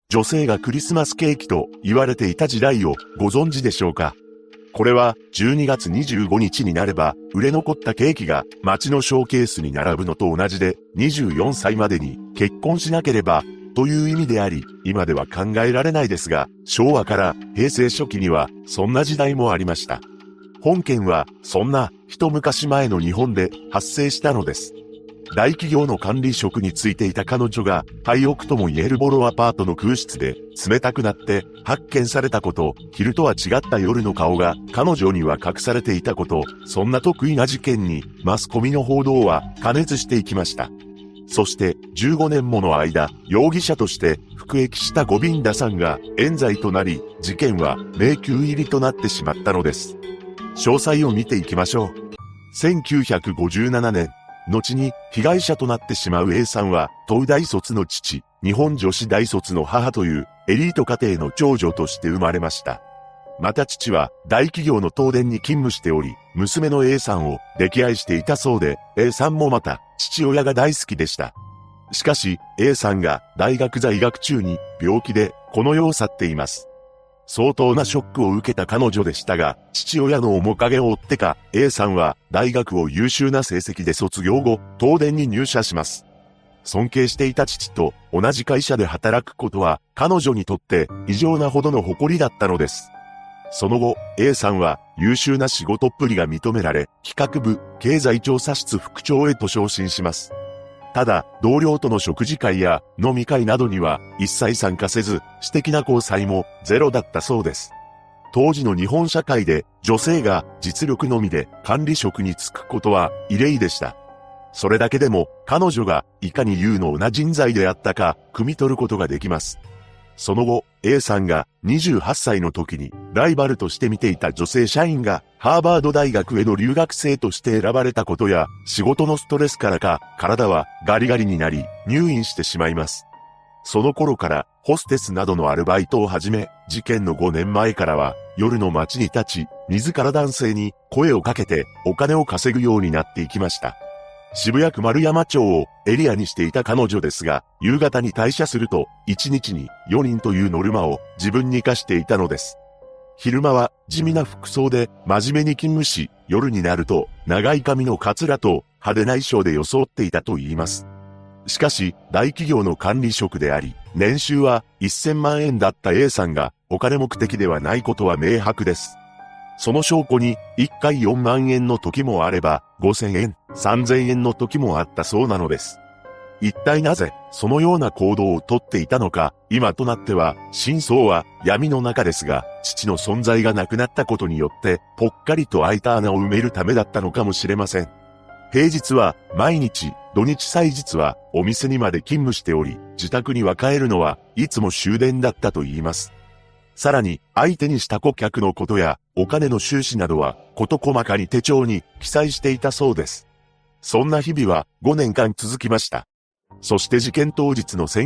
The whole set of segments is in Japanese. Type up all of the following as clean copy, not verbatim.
女性がクリスマスケーキと言われていた時代をご存知でしょうか？これは12月25日になれば売れ残ったケーキが街のショーケースに並ぶのと同じで、24歳までに結婚しなければという意味であり、今では考えられないですが、昭和から平成初期にはそんな時代もありました。本件はそんな一昔前の日本で発生したのです。大企業の管理職に就いていた彼女が廃屋とも言えるボロアパートの空室で冷たくなって発見されたこと、昼とは違った夜の顔が彼女には隠されていたこと、そんな得意な事件にマスコミの報道は過熱していきました。そして15年もの間、容疑者として服役したゴビンダさんが冤罪となり、事件は迷宮入りとなってしまったのです。詳細を見ていきましょう。1957年、後に被害者となってしまう A さんは、東大卒の父、日本女子大卒の母というエリート家庭の長女として生まれました。また父は大企業の東電に勤務しており、娘の A さんを溺愛していたそうで、A さんもまた父親が大好きでした。しかし、A さんが大学在学中に病気でこの世を去っています。相当なショックを受けた彼女でしたが、父親の面影を追ってか、A さんは大学を優秀な成績で卒業後、東電に入社します。尊敬していた父と同じ会社で働くことは、彼女にとって異常なほどの誇りだったのです。その後、A さんは優秀な仕事っぷりが認められ、企画部、経済調査室副長へと昇進します。ただ、同僚との食事会や飲み会などには一切参加せず、私的な交際もゼロだったそうです。当時の日本社会で女性が実力のみで管理職に就くことは異例でした。それだけでも彼女がいかに有能な人材であったか汲み取ることができます。その後、A さんが28歳の時にライバルとして見ていた女性社員がハーバード大学への留学生として選ばれたことや仕事のストレスからか体はガリガリになり入院してしまいます。その頃からホステスなどのアルバイトを始め、事件の5年前からは夜の街に立ち、自ら男性に声をかけてお金を稼ぐようになっていきました。渋谷区丸山町をエリアにしていた彼女ですが、夕方に退社すると、1日に4人というノルマを自分に課していたのです。昼間は地味な服装で真面目に勤務し、夜になると長い髪のカツラと派手な衣装で装っていたと言います。しかし、大企業の管理職であり、年収は1000万円だった A さんがお金目的ではないことは明白です。その証拠に、1回4万円の時もあれば、5000円、3000円の時もあったそうなのです。一体なぜ、そのような行動をとっていたのか、今となっては、真相は闇の中ですが、父の存在がなくなったことによって、ぽっかりと開いた穴を埋めるためだったのかもしれません。平日は毎日、土日祭日はお店にまで勤務しており、自宅には帰るのはいつも終電だったと言います。さらに、相手にした顧客のことや、お金の収支などは、事細かに手帳に記載していたそうです。そんな日々は5年間続きました。そして事件当日の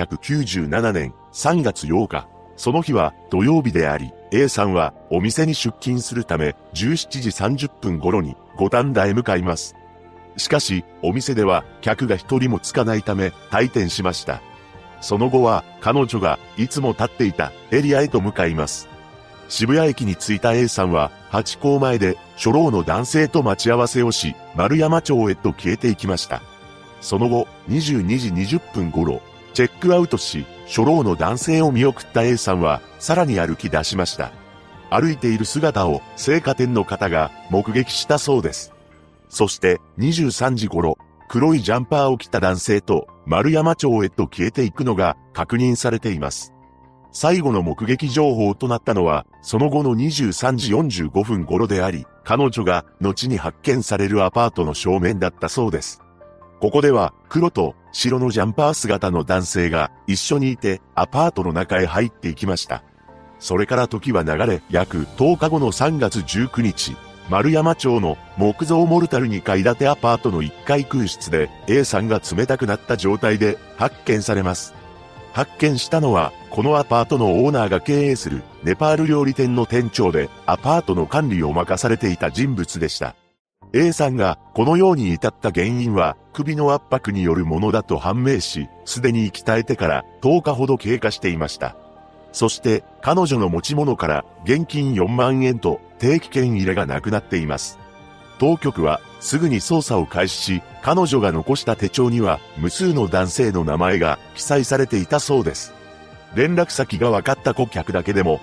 1997年3月8日、その日は土曜日であり、A さんはお店に出勤するため、17時30分頃に五反田へ向かいます。しかし、お店では客が一人もつかないため、退店しました。その後は彼女がいつも立っていたエリアへと向かいます。渋谷駅に着いた A さんはハチ公前で初老の男性と待ち合わせをし、丸山町へと消えていきました。その後、22時20分頃、チェックアウトし、初老の男性を見送った A さんはさらに歩き出しました。歩いている姿を青果店の方が目撃したそうです。そして23時頃、黒いジャンパーを着た男性と丸山町へと消えていくのが確認されています。最後の目撃情報となったのは、その後の23時45分頃であり、彼女が後に発見されるアパートの正面だったそうです。ここでは黒と白のジャンパー姿の男性が一緒にいてアパートの中へ入っていきました。それから時は流れ、約10日後の3月19日、丸山町の木造モルタル2階建てアパートの1階空室で A さんが冷たくなった状態で発見されます。発見したのは、このアパートのオーナーが経営するネパール料理店の店長で、アパートの管理を任されていた人物でした。A さんがこのように至った原因は、 首の圧迫によるものだと判明し、すでに息絶えてから10日ほど経過していました。そして彼女の持ち物から現金4万円と定期券入れがなくなっています。当局はすぐに捜査を開始し、彼女が残した手帳には無数の男性の名前が記載されていたそうです。連絡先が分かった顧客だけでも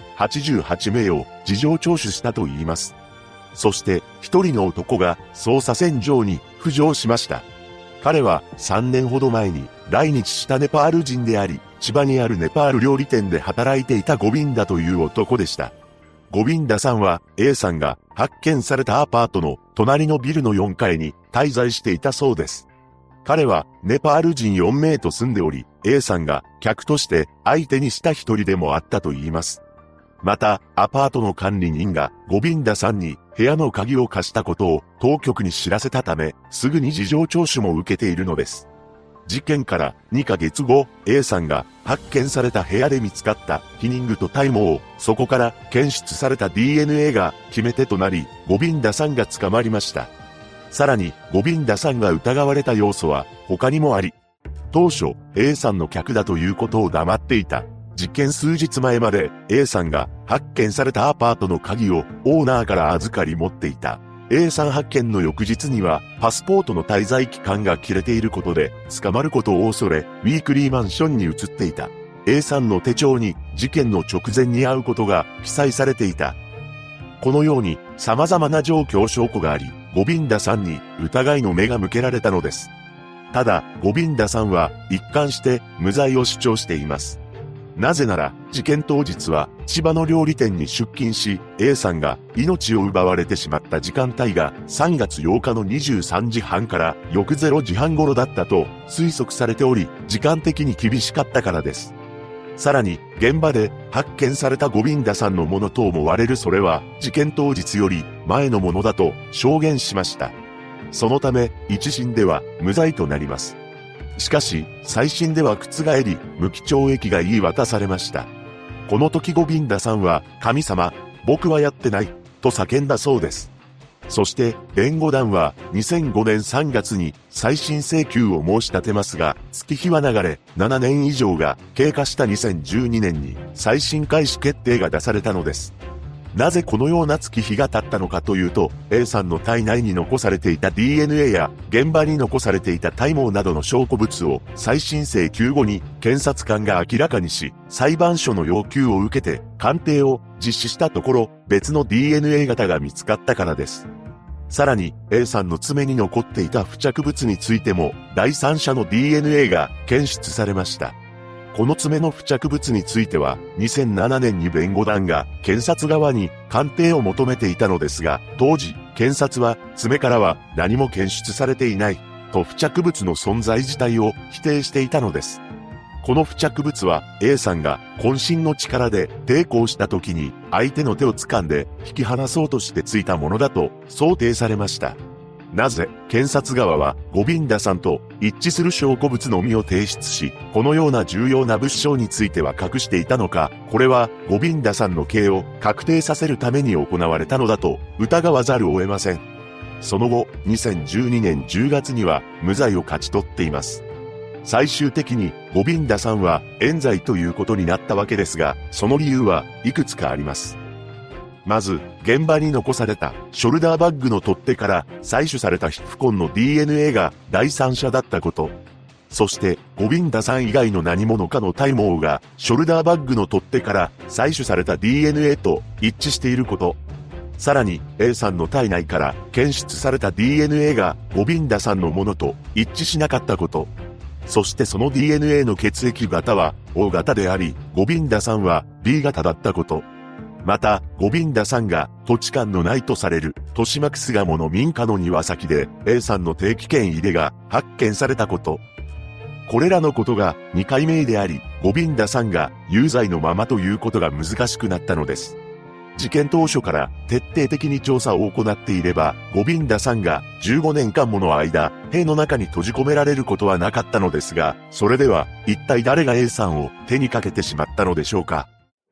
88名を事情聴取したといいます。そして一人の男が捜査線上に浮上しました。彼は3年ほど前に来日したネパール人であり、千葉にあるネパール料理店で働いていたゴビンダという男でした。ゴビンダさんは A さんが発見されたアパートの隣のビルの4階に滞在していたそうです。彼はネパール人4名と住んでおり、A さんが客として相手にした一人でもあったと言います。また、アパートの管理人がゴビンダさんに部屋の鍵を貸したことを当局に知らせたため、すぐに事情聴取も受けているのです。事件から2ヶ月後、A さんが発見された部屋で見つかった避妊具と体毛を、そこから検出された DNA が決め手となり、ゴビンダさんが捕まりました。さらに、ゴビンダさんが疑われた要素は他にもあり、当初 A さんの客だということを黙っていた。事件数日前まで A さんが発見されたアパートの鍵をオーナーから預かり持っていた。A さん発見の翌日にはパスポートの滞在期間が切れていることで捕まることを恐れウィークリーマンションに移っていた。A さんの手帳に事件の直前に会うことが記載されていた。このように様々な状況証拠があり、ゴビンダさんに疑いの目が向けられたのです。ただ、ゴビンダさんは一貫して無罪を主張しています。なぜなら、事件当日は千葉の料理店に出勤し、A さんが命を奪われてしまった時間帯が3月8日の23時半から翌0時半頃だったと推測されており、時間的に厳しかったからです。さらに、現場で発見されたゴビンダさんのものと思われるそれは、事件当日より前のものだと証言しました。そのため、一審では無罪となります。しかし、再審では覆り、無期懲役が言い渡されました。この時ゴビンダさんは、神様、僕はやってない、と叫んだそうです。そして、弁護団は、2005年3月に再審請求を申し立てますが、月日は流れ、7年以上が経過した2012年に、再審開始決定が出されたのです。なぜこのような月日が経ったのかというと、A さんの体内に残されていた DNA や、現場に残されていた体毛などの証拠物を再審請求後に検察官が明らかにし、裁判所の要求を受けて鑑定を実施したところ、別の DNA 型が見つかったからです。さらに A さんの爪に残っていた付着物についても、第三者の DNA が検出されました。この爪の付着物については、2007年に弁護団が検察側に鑑定を求めていたのですが、当時、検察は爪からは何も検出されていない、と付着物の存在自体を否定していたのです。この付着物は A さんが渾身の力で抵抗した時に相手の手を掴んで引き離そうとしてついたものだと想定されました。なぜ、検察側はゴビンダさんと一致する証拠物のみを提出し、このような重要な物証については隠していたのか、これはゴビンダさんの刑を確定させるために行われたのだと疑わざるを得ません。その後、2012年10月には無罪を勝ち取っています。最終的にゴビンダさんは冤罪ということになったわけですが、その理由はいくつかあります。まず、現場に残されたショルダーバッグの取っ手から採取された皮膚痕の DNA が第三者だったこと。そして、ゴビンダさん以外の何者かの体毛がショルダーバッグの取っ手から採取された DNA と一致していること。さらに、A さんの体内から検出された DNA がゴビンダさんのものと一致しなかったこと。そしてその DNA の血液型は O 型であり、ゴビンダさんは B 型だったこと。また、ゴビンダさんが土地勘のないとされる豊島区巣鴨の民家の庭先で A さんの定期券入れが発見されたこと。これらのことが2回目であり、ゴビンダさんが有罪のままということが難しくなったのです。事件当初から徹底的に調査を行っていれば、ゴビンダさんが15年間もの間、塀の中に閉じ込められることはなかったのですが、それでは一体誰が A さんを手にかけてしまったのでしょうか。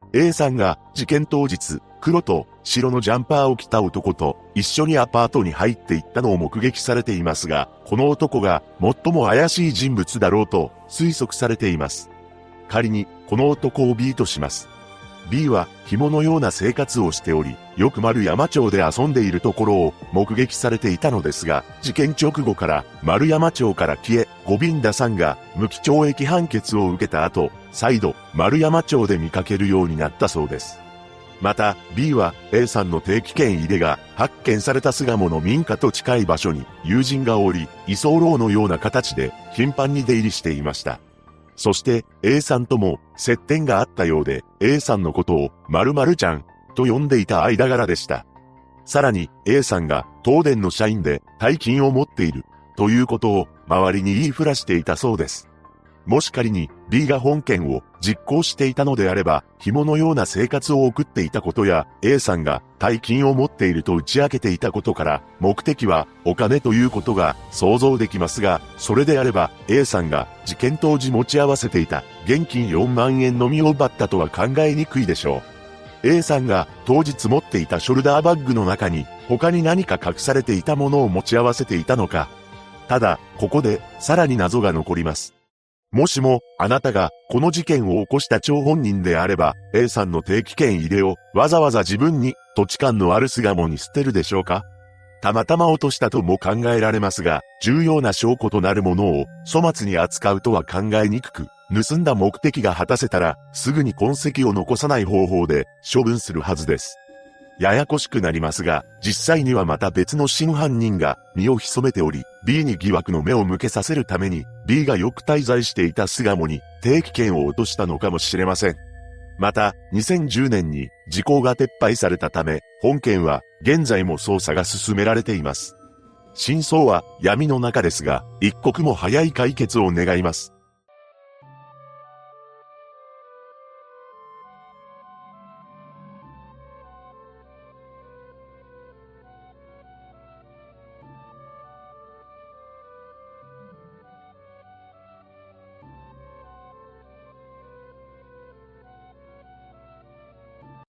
A さんが事件当日、黒と白のジャンパーを着た男と一緒にアパートに入っていったのを目撃されていますが、この男が最も怪しい人物だろうと推測されています。仮にこの男を B とします。B は紐のような生活をしており、よく丸山町で遊んでいるところを目撃されていたのですが、事件直後から丸山町から消え、ゴビンダさんが無期懲役判決を受けた後、再度丸山町で見かけるようになったそうです。また B は A さんの定期券入れが発見された巣鴨の民家と近い場所に友人がおり、居候のような形で頻繁に出入りしていました。そして A さんとも接点があったようで、A さんのことを〇〇ちゃんと呼んでいた間柄でした。さらに A さんが東電の社員で大金を持っているということを周りに言いふらしていたそうです。もし仮に B が本件を実行していたのであれば、紐のような生活を送っていたことや A さんが大金を持っていると打ち明けていたことから目的はお金ということが想像できますが、それであれば A さんが事件当時持ち合わせていた現金4万円のみを奪ったとは考えにくいでしょう。A さんが当日持っていたショルダーバッグの中に他に何か隠されていたものを持ち合わせていたのか。ただ、ここでさらに謎が残ります。もしも、あなたが、この事件を起こした張本人であれば、A さんの定期券入れを、わざわざ自分に、土地勘のある巣鴨に捨てるでしょうか？たまたま落としたとも考えられますが、重要な証拠となるものを、粗末に扱うとは考えにくく、盗んだ目的が果たせたら、すぐに痕跡を残さない方法で、処分するはずです。ややこしくなりますが、実際にはまた別の真犯人が身を潜めており、B に疑惑の目を向けさせるために、B がよく滞在していた巣鴨に定期券を落としたのかもしれません。また、2010年に時効が撤廃されたため、本件は現在も捜査が進められています。真相は闇の中ですが、一刻も早い解決を願います。